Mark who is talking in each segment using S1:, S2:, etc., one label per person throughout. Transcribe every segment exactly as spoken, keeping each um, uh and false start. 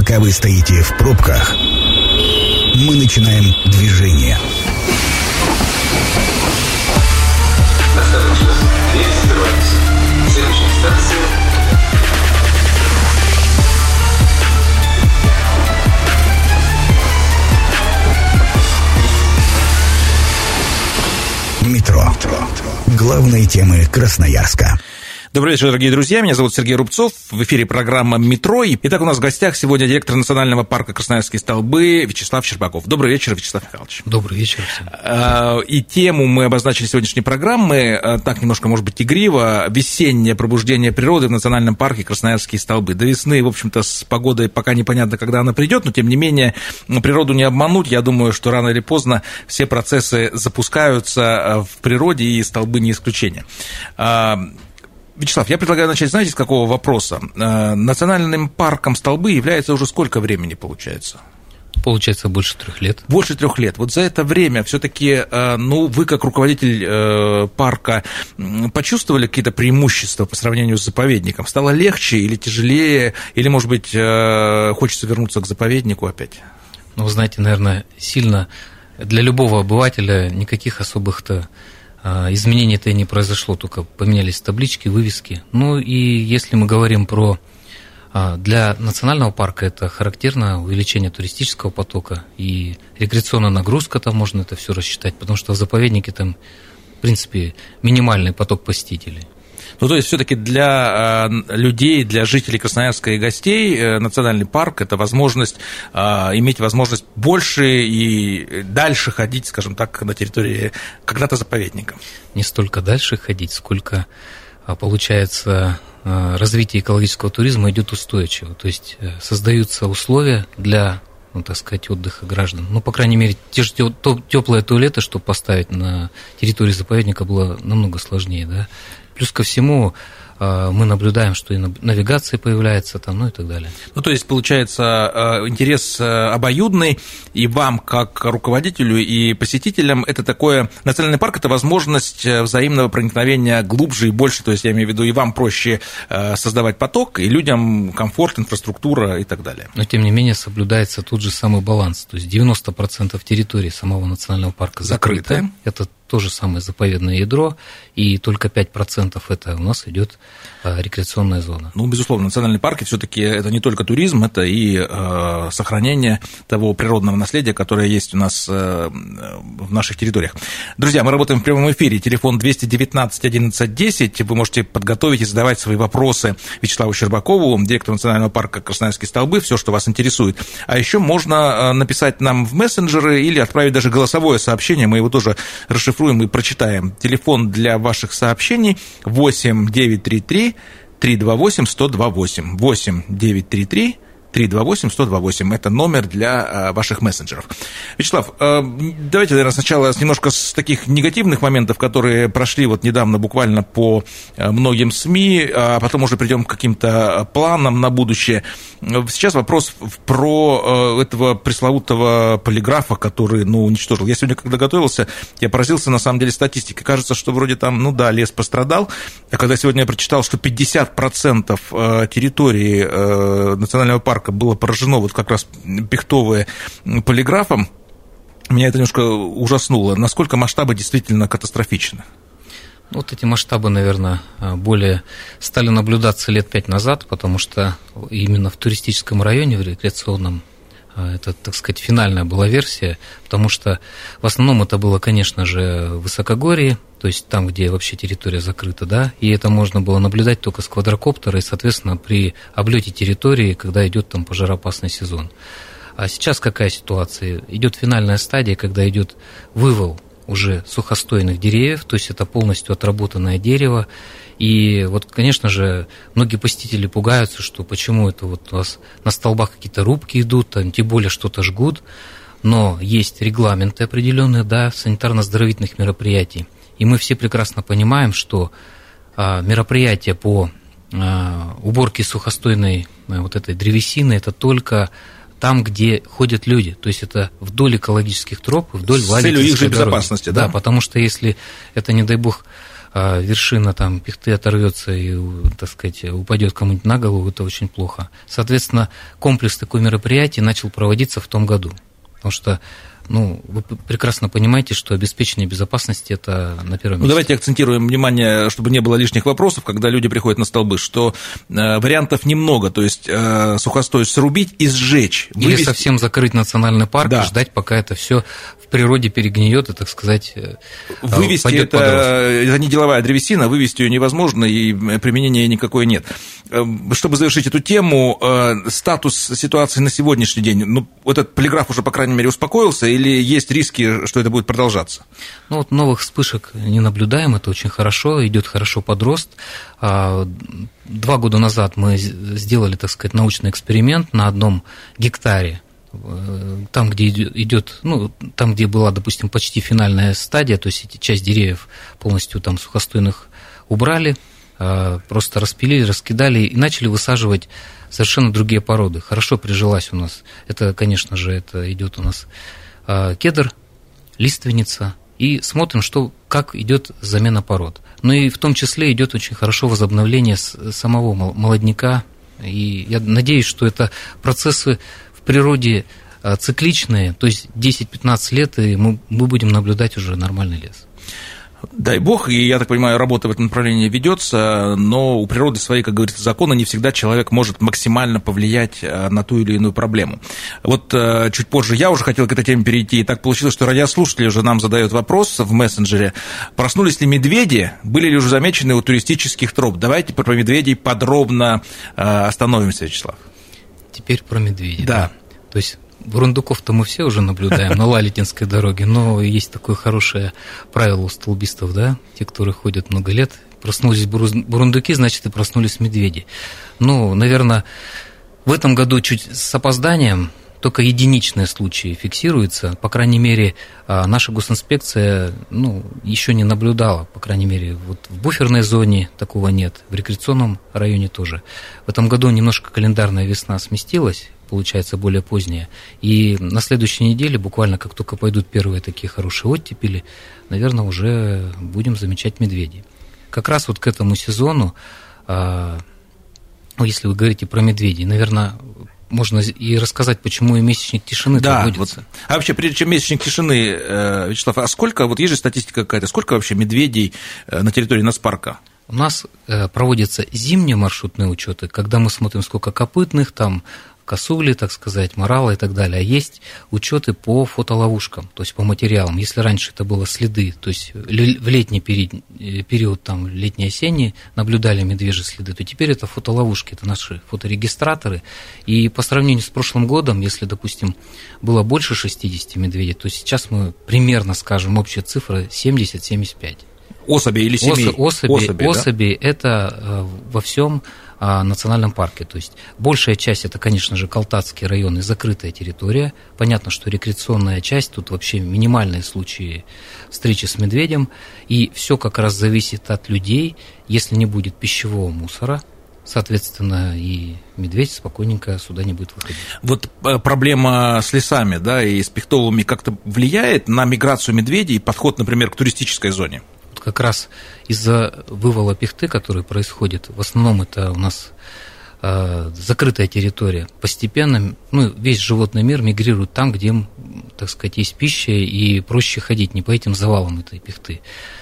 S1: Пока вы стоите в пробках, мы начинаем движение.
S2: Осторожно, дверь закрывается. Следующая станция.
S1: Метро. Главные темы Красноярска.
S3: Добрый вечер, дорогие друзья. Меня зовут Сергей Рубцов. В эфире программа «Метро». Итак, у нас в гостях сегодня директор Национального парка «Красноярские столбы» Вячеслав Щербаков. Добрый вечер, Вячеслав Михайлович.
S4: Добрый вечер всем.
S3: И тему мы обозначили сегодняшней программы, так немножко, может быть, игриво, весеннее пробуждение природы в Национальном парке «Красноярские столбы». До весны, в общем-то, с погодой пока непонятно, когда она придет, но, тем не менее, природу не обмануть. Я думаю, что рано или поздно все процессы запускаются в природе, и столбы не исключение. Вячеслав, я предлагаю начать, знаете, с какого вопроса? Национальным парком столбы является уже сколько времени, получается?
S4: Получается, больше трех лет.
S3: Больше трех лет. Вот за это время все-таки, ну, вы как руководитель парка почувствовали какие-то преимущества по сравнению с заповедником? Стало легче или тяжелее? Или, может быть, хочется вернуться к заповеднику опять?
S4: Ну, вы знаете, наверное, сильно для любого обывателя никаких особых-то изменений-то и не произошло, только поменялись таблички, вывески. Ну и если мы говорим про... Для национального парка это характерно увеличение туристического потока и рекреационная нагрузка, там можно это все рассчитать, потому что в заповеднике там, в принципе, минимальный поток посетителей.
S3: Ну, то есть, все-таки для людей, для жителей Красноярска и гостей национальный парк – это возможность, иметь возможность больше и дальше ходить, скажем так, на территории когда-то заповедника.
S4: Не столько дальше ходить, сколько, получается, развитие экологического туризма идет устойчиво. То есть, создаются условия для, ну, так сказать, отдыха граждан. Ну, по крайней мере, те же теплые туалеты, чтобы поставить на территории заповедника, было намного сложнее, да. Плюс ко всему мы наблюдаем, что и навигация появляется там, ну и так далее.
S3: Ну, то есть, получается, интерес обоюдный, и вам, как руководителю и посетителям, это такое... Национальный парк – это возможность взаимного проникновения глубже и больше, то есть, я имею в виду, и вам проще создавать поток, и людям комфорт, инфраструктура и так далее.
S4: Но, тем не менее, соблюдается тот же самый баланс, то есть, девяносто процентов территории самого национального парка закрыто.
S3: Закрыто.
S4: Это то же самое заповедное ядро, и только пять процентов это у нас идет рекреационная зона.
S3: Ну, безусловно, национальные парки все-таки это не только туризм, это и э, сохранение того природного наследия, которое есть у нас э, в наших территориях. Друзья, мы работаем в прямом эфире. Телефон двести девятнадцать одиннадцать десять. Вы можете подготовить и задавать свои вопросы Вячеславу Щербакову, директору Национального парка «Красноярские столбы», все, что вас интересует. А еще можно написать нам в мессенджеры или отправить даже голосовое сообщение, мы его тоже расшифруем и прочитаем. Телефон для ваших сообщений восемь девятьсот тридцать три триста двадцать восемь сто двадцать восемь. восемь девятьсот тридцать три триста двадцать восемь сто двадцать восемь. Это номер для ваших мессенджеров. Вячеслав, давайте, наверное, сначала немножко с таких негативных моментов, которые прошли вот недавно буквально по многим СМИ, а потом уже придем к каким-то планам на будущее. Сейчас вопрос про этого пресловутого полиграфа, который, ну, уничтожил. Я сегодня, когда готовился, я поразился, на самом деле, статистикой. Кажется, что вроде там, ну да, лес пострадал, а когда сегодня я прочитал, что пятьдесят процентов территории национального парка было поражено вот как раз пихтовые полиграфом, меня это немножко ужаснуло. Насколько масштабы действительно катастрофичны?
S4: Вот эти масштабы, наверное, более стали наблюдаться лет пять назад, потому что именно в туристическом районе, в рекреационном, это, так сказать, финальная была версия, потому что в основном это было, конечно же, высокогорье, то есть там, где вообще территория закрыта, да, и это можно было наблюдать только с квадрокоптера и, соответственно, при облете территории, когда идет там пожароопасный сезон. А сейчас какая ситуация? Идет финальная стадия, когда идет вывал уже сухостойных деревьев, то есть это полностью отработанное дерево. И вот, конечно же, многие посетители пугаются, что почему это вот у вас на столбах какие-то рубки идут, там, тем более что-то жгут, но есть регламенты определенные, да, санитарно-оздоровительных мероприятий. И мы все прекрасно понимаем, что а, мероприятия по а, уборке сухостойной а, вот этой древесины – это только там, где ходят люди, то есть это вдоль экологических троп, вдоль Валенкинской дороги. С целью их же безопасности, да? Да, потому что если это, не дай бог, вершина там пихты оторвется и, так сказать, упадет кому-нибудь на голову, это очень плохо. Соответственно, комплекс такой мероприятий начал проводиться в том году, потому что, ну, вы прекрасно понимаете, что обеспечение безопасности – это на первом месте.
S3: Ну, давайте акцентируем внимание, чтобы не было лишних вопросов, когда люди приходят на столбы, что э, вариантов немного, то есть э, сухостой срубить и сжечь.
S4: Или вывести... совсем закрыть национальный парк, да, и ждать, пока это все в природе перегниет и, так сказать,
S3: вывести
S4: пойдет
S3: это,
S4: под рост.
S3: Это не деловая древесина, вывести ее невозможно, и применения никакой нет. Чтобы завершить эту тему, статус ситуации на сегодняшний день, ну, вот этот полиграф уже, по крайней мере, успокоился, или есть риски, что это будет продолжаться?
S4: Ну, вот новых вспышек не наблюдаем, это очень хорошо, идет хорошо под рост. Два года назад мы сделали, так сказать, научный эксперимент на одном гектаре, там, где идет, ну, там, где была, допустим, почти финальная стадия, то есть эти часть деревьев полностью там сухостойных убрали, просто распилили, раскидали и начали высаживать совершенно другие породы. Хорошо прижилась у нас. Это, конечно же, это идет у нас кедр, лиственница, и смотрим, что, как идет замена пород. Ну и в том числе идет очень хорошо возобновление самого молодняка, и я надеюсь, что это процессы в природе цикличные, то есть десять-пятнадцать лет, и мы, мы будем наблюдать уже нормальный лес.
S3: Дай бог, и, я так понимаю, работа в этом направлении ведется, но у природы свои, как говорится, законы, не всегда человек может максимально повлиять на ту или иную проблему. Вот чуть позже я уже хотел к этой теме перейти, и так получилось, что радиослушатели уже нам задают вопрос в мессенджере, проснулись ли медведи, были ли уже замечены у туристических троп. Давайте про медведей подробно остановимся, Вячеслав.
S4: Теперь про медведей.
S3: Да.
S4: да. То есть бурундуков-то мы все уже наблюдаем на Лалитинской дороге, но есть такое хорошее правило у столбистов, да, те, которые ходят много лет, проснулись бурундуки, значит, и проснулись медведи. Ну, наверное, в этом году чуть с опозданием, только единичные случаи фиксируются, по крайней мере, наша госинспекция, ну, еще не наблюдала, по крайней мере, вот в буферной зоне такого нет, в рекреационном районе тоже. В этом году немножко календарная весна сместилась, получается, более поздняя. И на следующей неделе, буквально как только пойдут первые такие хорошие оттепели, наверное, уже будем замечать медведей. Как раз вот к этому сезону, если вы говорите про медведей, наверное, можно и рассказать, почему и месячник тишины
S3: да,
S4: вводится.
S3: Вот. А вообще, прежде чем месячник тишины, Вячеслав, а сколько, вот есть же статистика какая-то, сколько вообще медведей на территории нацпарка?
S4: У нас проводятся зимние маршрутные учеты, когда мы смотрим, сколько копытных, там, косули, так сказать, морала и так далее. А есть учеты по фотоловушкам, то есть по материалам. Если раньше это было следы, то есть в летний период, период там, летний-осенний наблюдали медвежьи следы, то теперь это фотоловушки, это наши фоторегистраторы. И по сравнению с прошлым годом, если, допустим, было больше шестьдесят медведей, то сейчас мы примерно скажем, общая цифра семьдесят-семьдесят пять.
S3: Особи или семей?
S4: Особи, особи, особи да? Это во всем национальном парке. То есть большая часть это, конечно же, Калтатский район и закрытая территория. Понятно, что рекреационная часть, тут вообще минимальные случаи встречи с медведем. И все как раз зависит от людей. Если не будет пищевого мусора, соответственно, и медведь спокойненько сюда не будет выходить.
S3: Вот проблема с лесами, да, и с пихтолами как-то влияет на миграцию медведей и подход, например, к туристической зоне?
S4: Как раз из-за вывала пихты, который происходит, в основном это у нас э, закрытая территория, постепенно, ну, весь животный мир мигрирует там, где, так сказать, есть пища и проще ходить, не по этим завалам этой пихты.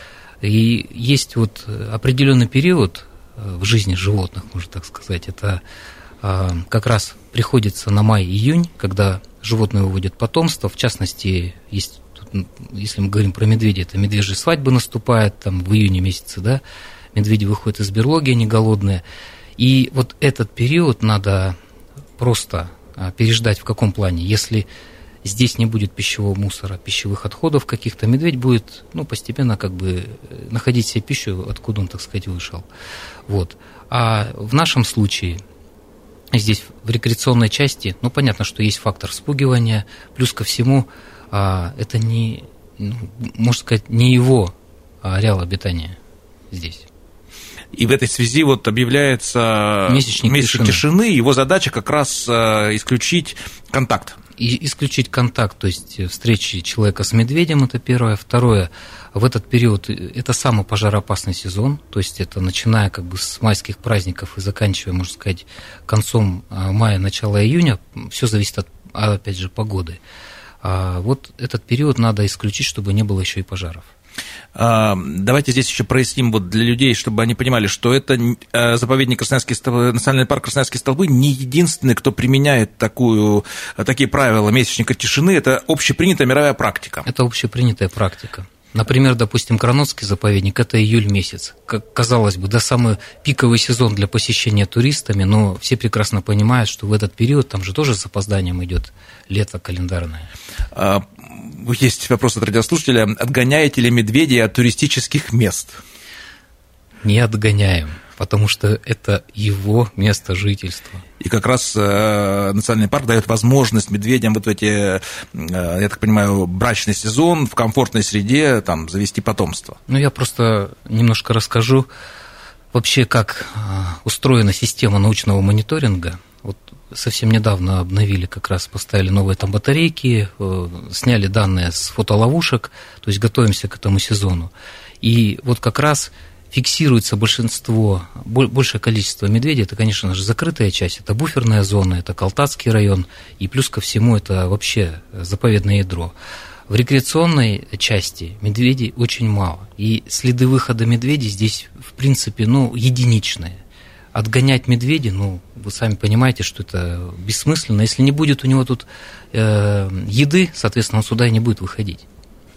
S4: И есть вот определенный период в жизни животных, можно так сказать, это э, как раз приходится на май-июнь, когда животные выводят потомство, в частности, есть... Если мы говорим про медведей, это медвежьи свадьбы наступают там в июне месяце, да, медведи выходят из берлоги, они голодные. И вот этот период надо просто переждать в каком плане? Если здесь не будет пищевого мусора, пищевых отходов каких-то, медведь будет, ну, постепенно как бы находить себе пищу, откуда он, так сказать, вышел. Вот. А в нашем случае здесь в рекреационной части, ну, понятно, что есть фактор спугивания, плюс ко всему это не, ну, можно сказать, не его ареал обитания здесь.
S3: И в этой связи вот объявляется
S4: месячник,
S3: месячник
S4: тишины.
S3: тишины, его задача как раз исключить контакт
S4: и исключить контакт, то есть встречи человека с медведем, это первое. Второе, в этот период это самый пожароопасный сезон, то есть это начиная как бы с майских праздников и заканчивая, можно сказать, концом мая, начала июня, все зависит от, опять же, погоды. А вот этот период надо исключить, чтобы не было еще и пожаров.
S3: Давайте здесь еще проясним вот для людей, чтобы они понимали, что это заповедник Красноярские столбы, национальный парк Красноярские столбы не единственный, кто применяет такую, такие правила месячника тишины, это общепринятая мировая практика.
S4: Это общепринятая практика. Например, допустим, Кранотский заповедник – это июль месяц. Как казалось бы, да, самый пиковый сезон для посещения туристами, но все прекрасно понимают, что в этот период там же тоже с запозданием идет лето календарное.
S3: Есть вопрос от радиослушателя. Отгоняете ли медведей от туристических мест?
S4: Не отгоняем, потому что это его место жительства.
S3: И как раз э, национальный парк дает возможность медведям вот в эти, э, я так понимаю, брачный сезон в комфортной среде там, завести потомство.
S4: Ну, я просто немножко расскажу вообще, как э, устроена система научного мониторинга. Вот совсем недавно обновили, как раз поставили новые там батарейки, э, сняли данные с фотоловушек, то есть готовимся к этому сезону. И вот как раз фиксируется большинство, большее количество медведей, это, конечно же, закрытая часть, это буферная зона, это Калтацкий район, и плюс ко всему это вообще заповедное ядро. В рекреационной части медведей очень мало, и следы выхода медведей здесь, в принципе, ну, единичные. Отгонять медведей, ну, вы сами понимаете, что это бессмысленно. Если не будет у него тут э, еды, соответственно, он сюда и не будет выходить.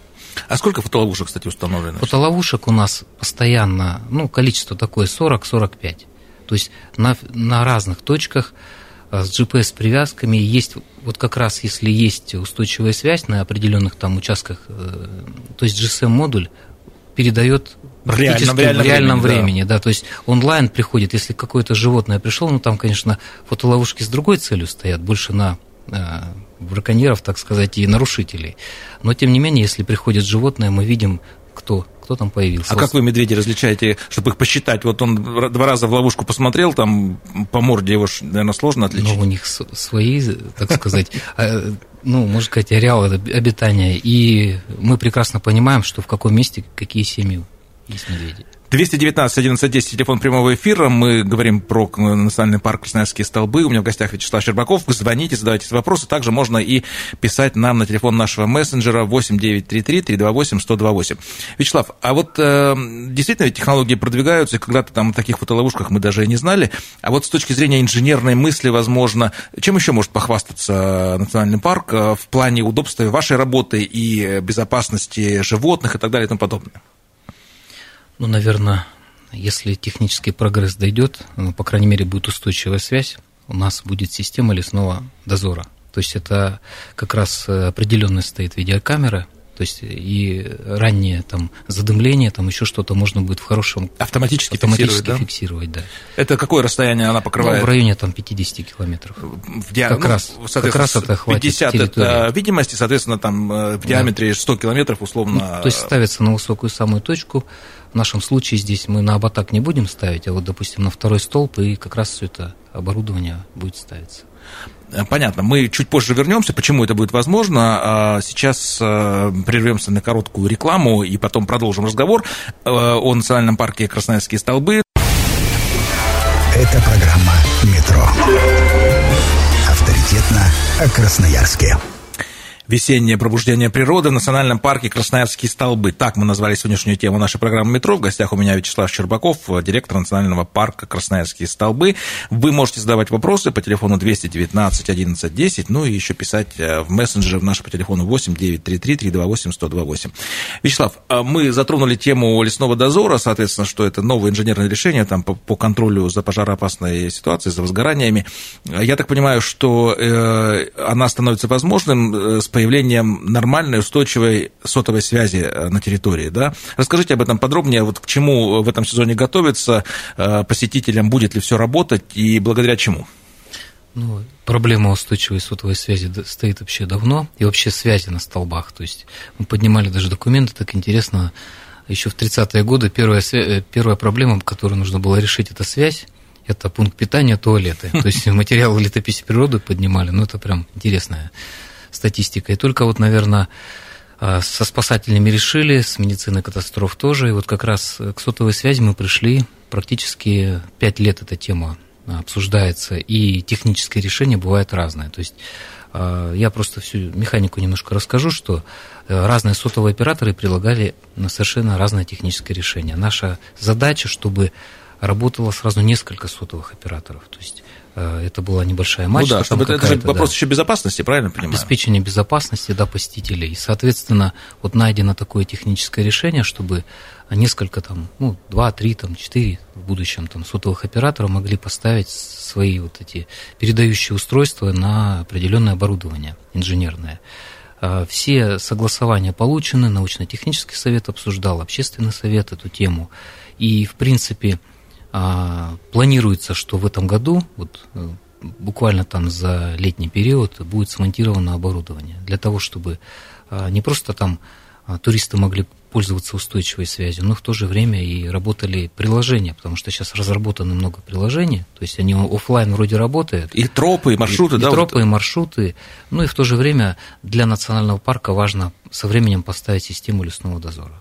S3: А сколько фотоловушек, кстати, установлено?
S4: Фотоловушек у нас постоянно, ну, количество такое сорок — сорок пять. То есть на, на разных точках с джи пи эс-привязками есть, вот как раз если есть устойчивая связь на определенных там участках, то есть джи эс эм-модуль передает практически в реальном, в реальном, в реальном времени, времени да. да, то есть онлайн приходит, если какое-то животное пришло, ну, там, конечно, фотоловушки с другой целью стоят, больше на браконьеров, так сказать, и нарушителей. Но, тем не менее, если приходит животное, мы видим, кто, кто там появился.
S3: А как вы медведей различаете, чтобы их посчитать? Вот он два раза в ловушку посмотрел, там по морде его, наверное, сложно отличить.
S4: Ну, у них свои, так сказать, ну, можно сказать, ареалы обитания. И мы прекрасно понимаем, что в каком месте какие семьи есть медведи.
S3: двести девятнадцать одиннадцать десять, телефон прямого эфира. Мы говорим про национальный парк Красноярские столбы. У меня в гостях Вячеслав Щербаков. Вы звоните, задавайте вопросы. Также можно и писать нам на телефон нашего мессенджера восемь девятьсот тридцать три триста двадцать восемь сто двадцать восемь. Вячеслав, а вот э, действительно ведь технологии продвигаются, и когда-то там в таких фотоловушках мы даже и не знали. А вот с точки зрения инженерной мысли, возможно, чем еще может похвастаться национальный парк в плане удобства вашей работы и безопасности животных и так далее и тому подобное?
S4: Ну, наверное, если технический прогресс дойдет, ну, по крайней мере, будет устойчивая связь, у нас будет система лесного дозора. То есть это как раз определенно стоит видеокамера, то есть и раннее там задымление, там еще что-то можно будет в хорошем...
S3: Автоматически,
S4: автоматически
S3: фиксировать, да?
S4: фиксировать, да.
S3: Это какое расстояние она покрывает?
S4: Ну, в районе там пятьдесят километров.
S3: В ди...
S4: как,
S3: ну,
S4: раз, как раз это хватит
S3: пятьдесят
S4: территории.
S3: Это видимости, соответственно, там в диаметре сто километров условно...
S4: Ну, то есть ставится на высокую самую точку. В нашем случае здесь мы на абатак не будем ставить, а вот, допустим, на второй столб, и как раз все это оборудование будет ставиться.
S3: Понятно. Мы чуть позже вернемся, почему это будет возможно. Сейчас прервемся на короткую рекламу и потом продолжим разговор о национальном парке Красноярские столбы.
S1: Это программа «Метро». Авторитетно о Красноярске.
S3: Весеннее пробуждение природы в национальном парке Красноярские столбы. Так мы назвали сегодняшнюю тему нашей программы «Метро». В гостях у меня Вячеслав Щербаков, директор национального парка Красноярские столбы. Вы можете задавать вопросы по телефону двести девятнадцать одиннадцать десять, ну и еще писать в мессенджеры в наш по телефону восемь девятьсот тридцать три триста двадцать восемь сто двадцать восемь. Вячеслав, мы затронули тему лесного дозора, соответственно, что это новое инженерное решение там, по, по контролю за пожароопасной ситуацией, за возгораниями. Я так понимаю, что э, она становится возможным э, с появлением нормальной, устойчивой сотовой связи на территории, да? Расскажите об этом подробнее, вот к чему в этом сезоне готовиться, посетителям, будет ли все работать и благодаря чему?
S4: Ну, проблема устойчивой сотовой связи стоит вообще давно, и вообще связи на столбах, то есть мы поднимали даже документы, так интересно, еще в тридцатые годы первая, первая проблема, которую нужно было решить, это связь. Это пункт питания, туалеты. То есть материалы летописи природы поднимали, ну это прям интересная статистикой. Только вот, наверное, со спасателями решили, с медициной катастроф тоже. И вот как раз к сотовой связи мы пришли, практически пять лет эта тема обсуждается, и технические решения бывают разные. То есть я просто всю механику немножко расскажу, что разные сотовые операторы предлагали совершенно разное техническое решение. Наша задача, чтобы работало сразу несколько сотовых операторов. То есть это была небольшая мачта.
S3: Ну да, чтобы это, это же вопрос да, еще безопасности, правильно понимаю?
S4: Обеспечение безопасности, да, посетителей. И, соответственно, вот найдено такое техническое решение, чтобы несколько, там, ну, два, три, там, четыре в будущем там, сотовых операторов могли поставить свои вот эти передающие устройства на определенное оборудование инженерное. Все согласования получены, научно-технический совет обсуждал, общественный совет эту тему. И, в принципе, планируется, что в этом году, вот, буквально там за летний период, будет смонтировано оборудование для того, чтобы не просто там туристы могли пользоваться устойчивой связью, но в то же время и работали приложения, потому что сейчас разработано много приложений, то есть они офлайн вроде работают.
S3: И тропы, и маршруты,
S4: и,
S3: да?
S4: И тропы, вот. И маршруты. Ну и в то же время для национального парка важно со временем поставить систему лесного дозора.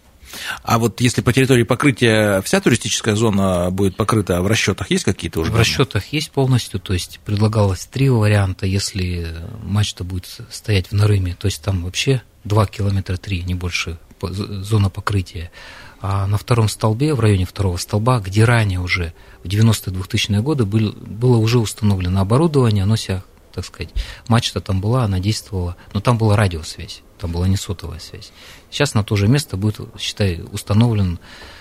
S3: А вот если по территории покрытия вся туристическая зона будет покрыта, а в расчетах есть какие-то уже?
S4: В расчетах есть полностью, то есть предлагалось три варианта, если мачта будет стоять в нарыме, то есть там вообще два километра три, не больше, зона покрытия. А на втором столбе, в районе второго столба, где ранее уже в девяностые двухтысячные годы был, было уже установлено оборудование, оно себя, так сказать, мачта там была, она действовала, но там была радиосвязь. Там была не сотовая связь. Сейчас на то же место будет, считай, установлен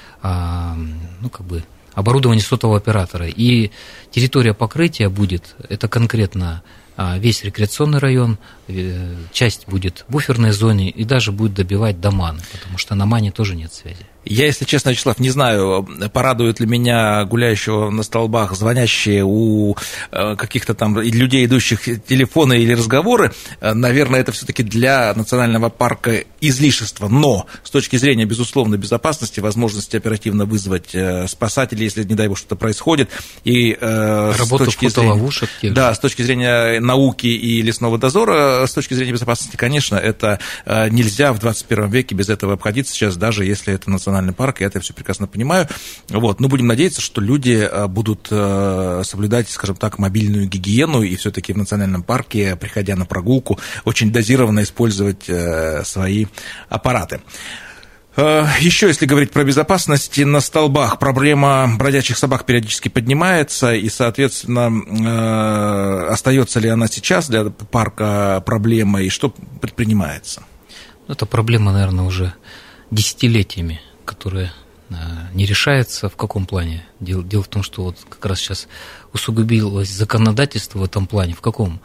S4: а, ну, как бы оборудование сотового оператора. И территория покрытия будет, это конкретно а, весь рекреационный район, часть будет в буферной зоне и даже будет добивать до Маны, потому что на Мане тоже нет связи.
S3: Я, если честно, Вячеслав, не знаю, порадует ли меня гуляющего на столбах, звонящие у каких-то там людей, идущих телефоны или разговоры. Наверное, это все-таки для национального парка излишество. Но с точки зрения, безусловно, безопасности, возможности оперативно вызвать спасателей, если, не дай бог, что-то происходит. И
S4: работу
S3: с точки
S4: фотоловушек.
S3: Зрения, да, с точки зрения науки и лесного дозора, с точки зрения безопасности, конечно, это нельзя в двадцать первом веке без этого обходиться сейчас, даже если это национальный парк, я это все прекрасно понимаю. Вот. Но будем надеяться, что люди будут соблюдать, скажем так, мобильную гигиену и все-таки в национальном парке, приходя на прогулку, очень дозированно использовать свои аппараты. Еще, если говорить про безопасность, на столбах проблема бродячих собак периодически поднимается, и, соответственно, остается ли она сейчас для парка проблемой, и что предпринимается?
S4: Это проблема, наверное, уже десятилетиями, которая не решается. В каком плане? Дело, дело в том, что вот как раз сейчас усугубилось законодательство в этом плане. В каком?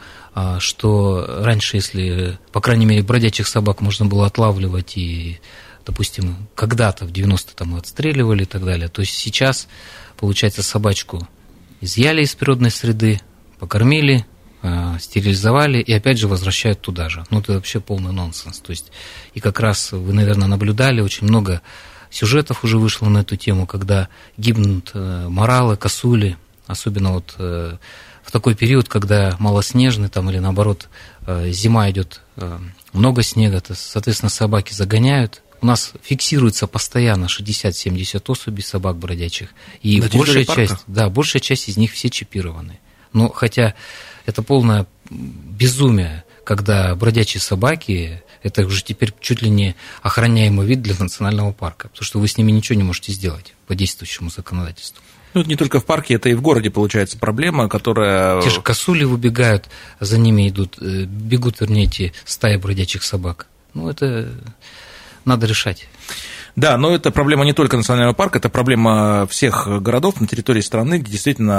S4: Что раньше, если, по крайней мере, бродячих собак можно было отлавливать и, допустим, когда-то в девяностые там отстреливали и так далее, то есть сейчас, получается, собачку изъяли из природной среды, покормили, стерилизовали и опять же возвращают туда же. Ну, это вообще полный нонсенс. То есть, и как раз вы, наверное, наблюдали, очень много сюжетов уже вышло на эту тему, когда гибнут моралы, косули, особенно вот в такой период, когда малоснежный там, или наоборот зима идет, много снега, то, соответственно, собаки загоняют. У нас фиксируется постоянно шестьдесят-семьдесят особей собак бродячих, и большая часть, да, большая часть из них все чипированы. Но хотя это полное безумие, когда бродячие собаки, это уже теперь чуть ли не охраняемый вид для национального парка, потому что вы с ними ничего не можете сделать по действующему законодательству.
S3: Ну, это не только в парке, это и в городе получается проблема, которая...
S4: Те же косули выбегают, за ними идут, бегут, вернее, эти стаи бродячих собак. Ну, это надо решать.
S3: Да, но это проблема не только национального парка, это проблема всех городов на территории страны, где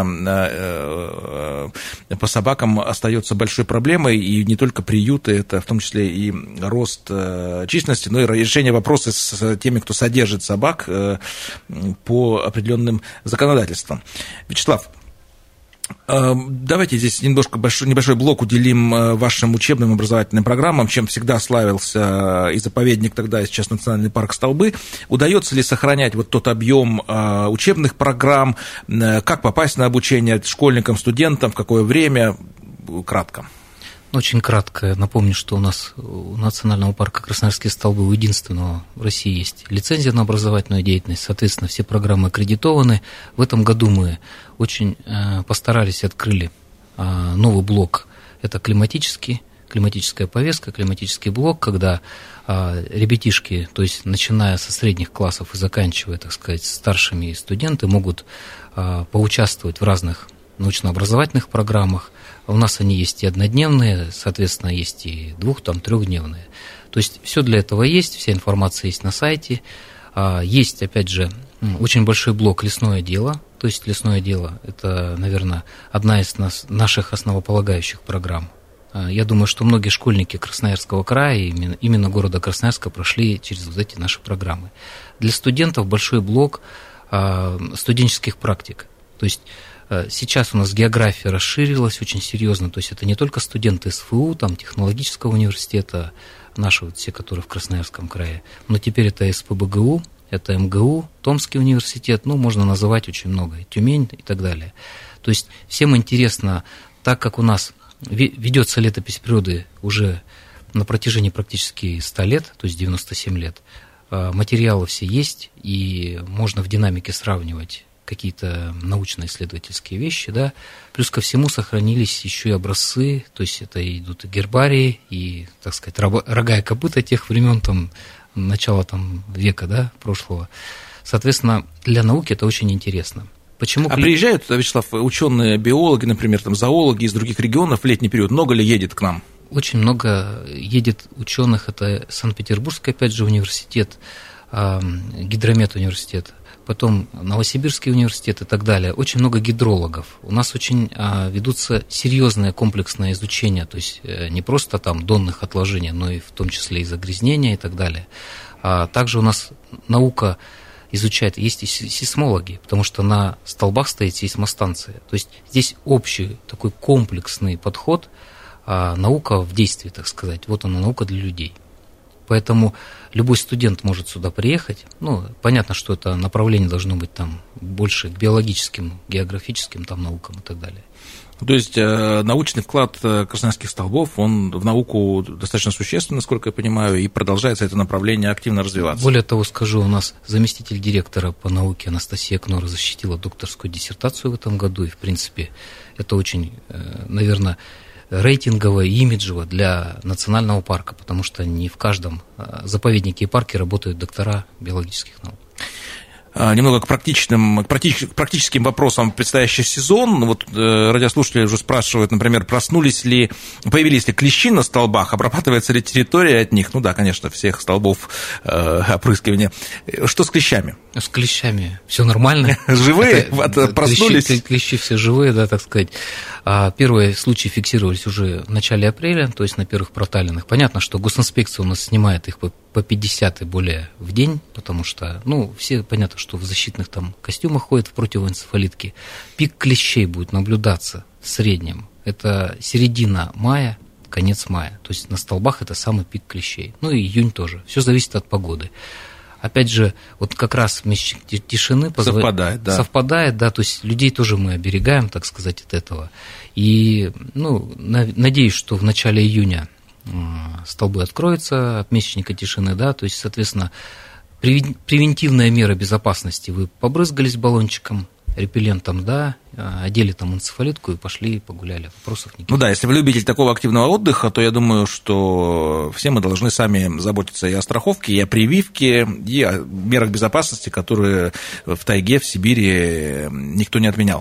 S3: действительно по собакам остается большой проблемой, и не только приюты, это в том числе и рост численности, но и решение вопроса с теми, кто содержит собак по определенным законодательствам. Вячеслав, давайте здесь немножко большой, небольшой блок уделим вашим учебным образовательным программам, чем всегда славился и заповедник тогда, и сейчас Национальный парк Столбы. Удается ли сохранять вот тот объем учебных программ, как попасть на обучение школьникам, студентам, в какое время? Кратко.
S4: Очень кратко напомню, что у нас у Национального парка Красноярские столбы у единственного в России есть лицензия на образовательную деятельность, соответственно, все программы аккредитованы. В этом году мы очень постарались и открыли новый блок, это климатический, климатическая повестка, климатический блок, когда ребятишки, то есть начиная со средних классов и заканчивая, так сказать, старшими студенты, могут поучаствовать в разных научно-образовательных программах. У нас они есть и однодневные, соответственно, есть и двух-, там, трехдневные. То есть все для этого есть, вся информация есть на сайте. Есть, опять же, очень большой блок «Лесное дело». То есть «Лесное дело» – это, наверное, одна из нас, наших основополагающих программ. Я думаю, что многие школьники Красноярского края, именно, именно города Красноярска, прошли через вот эти наши программы. Для студентов большой блок студенческих практик. То есть сейчас у нас география расширилась очень серьезно, то есть это не только студенты СФУ, там, технологического университета, наши вот все, которые в Красноярском крае, но теперь это СПбГУ, это МГУ, Томский университет, ну, можно называть очень много, Тюмень и так далее. То есть всем интересно, так как у нас ведется летопись природы уже на протяжении практически ста лет, то есть девяносто семь лет, материалы все есть, и можно в динамике сравнивать какие-то научно-исследовательские вещи, да, плюс ко всему сохранились еще и образцы, то есть это идут и гербарии, и, так сказать, рога и копыта тех времен, там, начала там, века, да, прошлого. Соответственно, для науки это очень интересно. Почему?
S3: А приезжают, Вячеслав, ученые, биологи, например, там, зоологи из других регионов в летний период, много ли едет к нам?
S4: Очень много едет ученых, это Санкт-Петербургский, опять же, университет, Гидромет университет, потом Новосибирский университет и так далее. Очень много гидрологов. У нас очень а, ведутся серьезное комплексное изучение, то есть не просто там донных отложений, но и в том числе и загрязнения и так далее. А также у нас наука изучает, есть и сейсмологи, потому что на столбах стоит сейсмостанция. То есть здесь общий такой комплексный подход, а, наука в действии, так сказать. Вот она, наука для людей. Поэтому любой студент может сюда приехать. Ну, понятно, что это направление должно быть там больше к биологическим, географическим там наукам и так далее.
S3: То есть научный вклад красноярских столбов, он в науку достаточно существенный, насколько я понимаю, и продолжается это направление активно развиваться.
S4: Более того, скажу, у нас заместитель директора по науке Анастасия Кнора защитила докторскую диссертацию в этом году, и, в принципе, это очень, наверное, рейтингово и имиджево для национального парка, потому что не в каждом заповеднике и парке работают доктора биологических наук.
S3: Немного к практичным, к практическим вопросам предстоящий сезон. Вот э, радиослушатели уже спрашивают, например, проснулись ли, появились ли клещи на столбах, обрабатывается ли территория от них? Ну да, конечно, всех столбов э, опрыскивания. Что с клещами?
S4: С клещами все нормально.
S3: Живые? Проснулись?
S4: Клещи, клещи все живые, да, так сказать. Первые случаи фиксировались уже в начале апреля, то есть на первых проталинах. Понятно, что госинспекция у нас снимает их по по пятьдесят и более в день, потому что, ну, все понятно, что в защитных там костюмах ходят, в противоэнцефалитке. Пик клещей будет наблюдаться в среднем. Это середина мая, конец мая. То есть на столбах это самый пик клещей. Ну и июнь тоже. Все зависит от погоды. Опять же, вот как раз месячник тишины позв...
S3: совпадает, да.
S4: совпадает, да, то есть людей тоже мы оберегаем, так сказать, от этого. И, ну, надеюсь, что в начале июня столбы откроются от месячника тишины, да, то есть, соответственно, превентивная мера безопасности. Вы побрызгались баллончиком, репеллентом, да, одели там энцефалитку и пошли погуляли. Вопросов никаких.
S3: Ну да, если вы любитель такого активного отдыха, то я думаю, что все мы должны сами заботиться и о страховке, и о прививке, и о мерах безопасности, которые в тайге, в Сибири никто не отменял.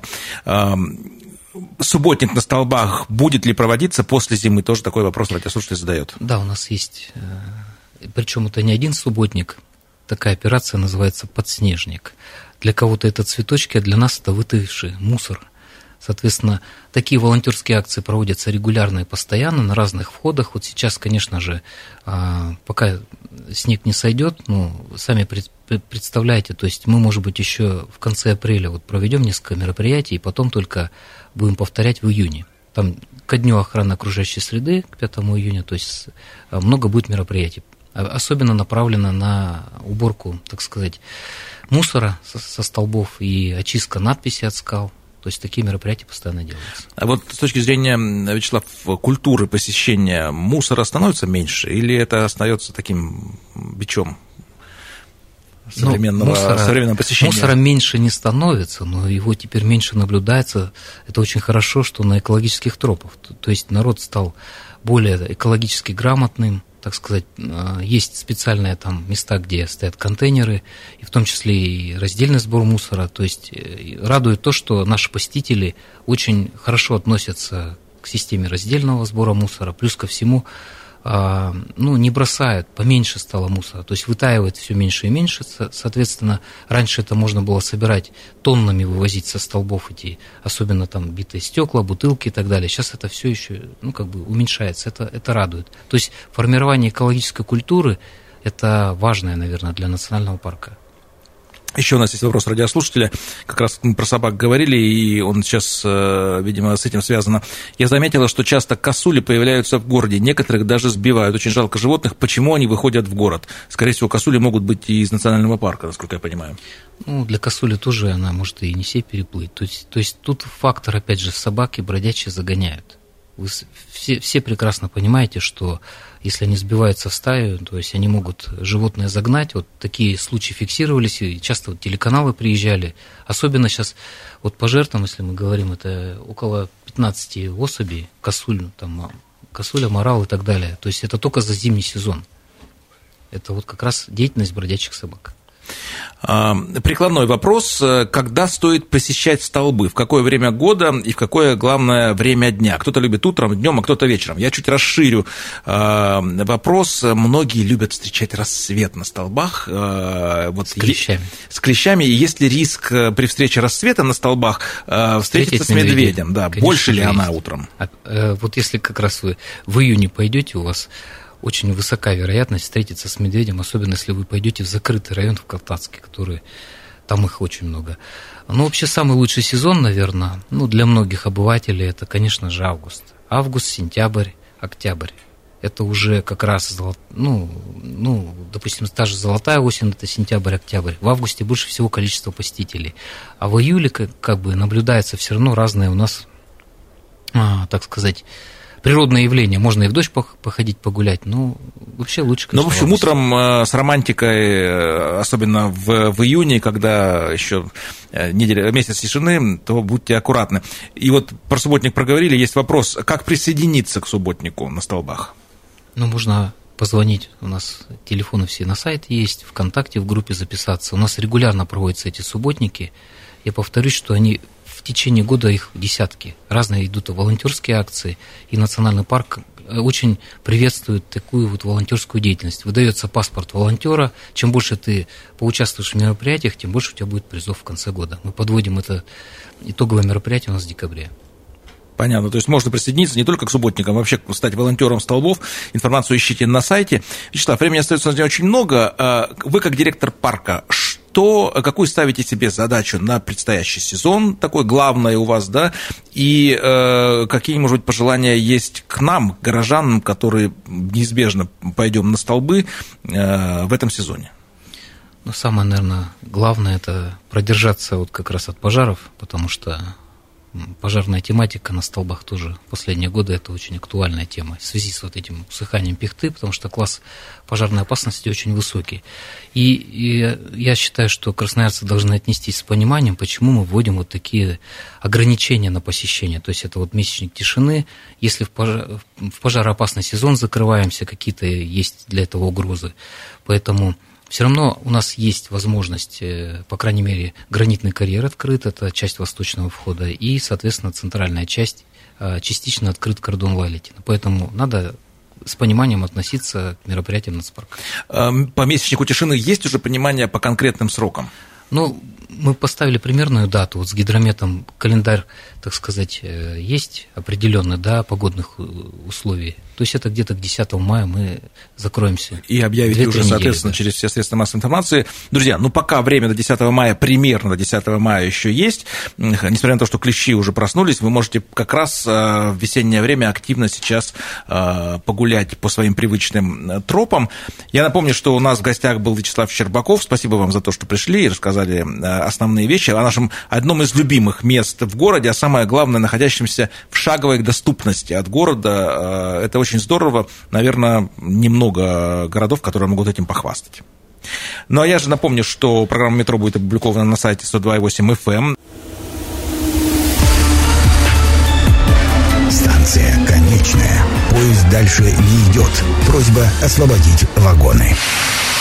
S3: Субботник на столбах будет ли проводиться после зимы? Тоже такой вопрос радиослушатель задает.
S4: Да, у нас есть, причем это не один субботник, такая операция называется «Подснежник». Для кого-то это цветочки, а для нас это вытаивший мусор. Соответственно, такие волонтерские акции проводятся регулярно и постоянно на разных входах. Вот сейчас, конечно же, пока снег не сойдет, ну, сами представляете, то есть мы, может быть, еще в конце апреля вот проведем несколько мероприятий, и потом только будем повторять в июне. Там ко дню охраны окружающей среды, к пятому июня, то есть много будет мероприятий. Особенно направлено на уборку, так сказать, мусора со, со столбов и очистка надписей от скал. То есть такие мероприятия постоянно делаются.
S3: А вот с точки зрения, Вячеслав, культуры посещения мусора становится меньше или это остается таким бичом современного, ну, мусора, современного посещения?
S4: Мусора меньше не становится, но его теперь меньше наблюдается. Это очень хорошо, что на экологических тропах. То есть народ стал более экологически грамотным, так сказать. Есть специальные там места, где стоят контейнеры, и в том числе и раздельный сбор мусора. То есть радует то, что наши посетители очень хорошо относятся к системе раздельного сбора мусора, плюс ко всему, ну, не бросают, поменьше стало мусора, то есть вытаивает все меньше и меньше, соответственно, раньше это можно было собирать тоннами, вывозить со столбов эти, особенно там битые стекла, бутылки и так далее, сейчас это все еще, ну, как бы уменьшается, это, это радует, то есть формирование экологической культуры, это важное, наверное, для национального парка.
S3: Еще у нас есть вопрос радиослушателя, как раз мы про собак говорили, и он сейчас, видимо, с этим связано. Я заметила, что часто косули появляются в городе, некоторых даже сбивают. Очень жалко животных, почему они выходят в город? Скорее всего, косули могут быть и из национального парка, насколько я понимаю.
S4: Ну, для косули тоже она может и не все переплыть. То есть, то есть тут фактор, опять же, собаки бродячие загоняют. Вы все, все прекрасно понимаете, что если они сбиваются в стаю, то есть они могут животное загнать. Вот такие случаи фиксировались, и часто вот телеканалы приезжали. Особенно сейчас вот по жертвам, если мы говорим, это около пятнадцати особей, косуль, там, косуля, морал и так далее. То есть это только за зимний сезон. Это вот как раз деятельность бродячих собак.
S3: Прикладной вопрос. Когда стоит посещать столбы? В какое время года и в какое, главное, время дня? Кто-то любит утром, днем, а кто-то вечером. Я чуть расширю вопрос. Многие любят встречать рассвет на столбах. Вот
S4: с клещами.
S3: С клещами. И есть ли риск при встрече рассвета на столбах встретиться с медведем? медведем? Да. Больше ли она есть. Утром?
S4: А, вот если как раз вы в июне пойдете, у вас очень высока вероятность встретиться с медведем, особенно если вы пойдете в закрытый район в Калтацке, который, там их очень много. Но вообще самый лучший сезон, наверное, ну, для многих обывателей, это, конечно же, август. Август, сентябрь, октябрь. Это уже как раз, ну, ну, допустим, та же золотая осень, это сентябрь, октябрь. В августе больше всего количество посетителей. А в июле как, как бы наблюдается все равно разные у нас, а, так сказать, природное явление. Можно и в дождь походить, погулять, но вообще лучше, конечно.
S3: Ну, в общем, утром с романтикой, особенно в, в июне, когда еще неделя, месяц тишины, то будьте аккуратны. И вот про субботник проговорили, есть вопрос, как присоединиться к субботнику на столбах?
S4: Ну, можно позвонить, у нас телефоны все на сайте есть, ВКонтакте в группе записаться. У нас регулярно проводятся эти субботники. Я повторюсь, что они в течение года их десятки. Разные идут волонтерские акции, и национальный парк очень приветствует такую вот волонтерскую деятельность. Выдается паспорт волонтера. Чем больше ты поучаствуешь в мероприятиях, тем больше у тебя будет призов в конце года. Мы подводим это итоговое мероприятие у нас в декабре.
S3: Понятно, то есть можно присоединиться не только к субботникам, вообще стать волонтером столбов. Информацию ищите на сайте. Вячеслав, времени остается не очень много. Вы, как директор парка, что, какую ставите себе задачу на предстоящий сезон, такой главное у вас, да, и э, какие, может быть, пожелания есть к нам, горожанам, которые неизбежно пойдем на столбы э, в этом сезоне?
S4: Ну, самое, наверное, главное – это продержаться вот как раз от пожаров, потому что пожарная тематика на столбах тоже в последние годы это очень актуальная тема в связи с вот этим усыханием пихты, потому что класс пожарной опасности очень высокий. И, и я считаю, что красноярцы должны отнестись с пониманием, почему мы вводим вот такие ограничения на посещение. То есть это вот месячник тишины, если в, пожар, в пожароопасный сезон закрываемся, какие-то есть для этого угрозы. Поэтому все равно у нас есть возможность, по крайней мере, гранитный карьер открыт, это часть восточного входа, и, соответственно, центральная часть, частично открыт кордон Лалитина. Поэтому надо с пониманием относиться к мероприятиям нацпарка.
S3: По месячнику тишины есть уже понимание по конкретным срокам?
S4: Ну, мы поставили примерную дату, вот с гидрометом календарь, так сказать, есть определенный, да, погодных условий. То есть это где-то к десятому мая мы закроемся.
S3: И объявите уже, соответственно, недели, да, через все средства массовой информации. Друзья, ну пока время до десятого мая, примерно до десятого мая еще есть, несмотря на то, что клещи уже проснулись, вы можете как раз в весеннее время активно сейчас погулять по своим привычным тропам. Я напомню, что у нас в гостях был Вячеслав Щербаков. Спасибо вам за то, что пришли и рассказали основные вещи, о нашем одном из любимых мест в городе, а самое главное, находящемся в шаговой доступности от города. Это очень здорово. Наверное, немного городов, которые могут этим похвастать. Ну, а я же напомню, что программа «Метро» будет опубликована на сайте сто два и восемь эф эм.
S1: Станция конечная. Поезд дальше не идет. Просьба освободить вагоны.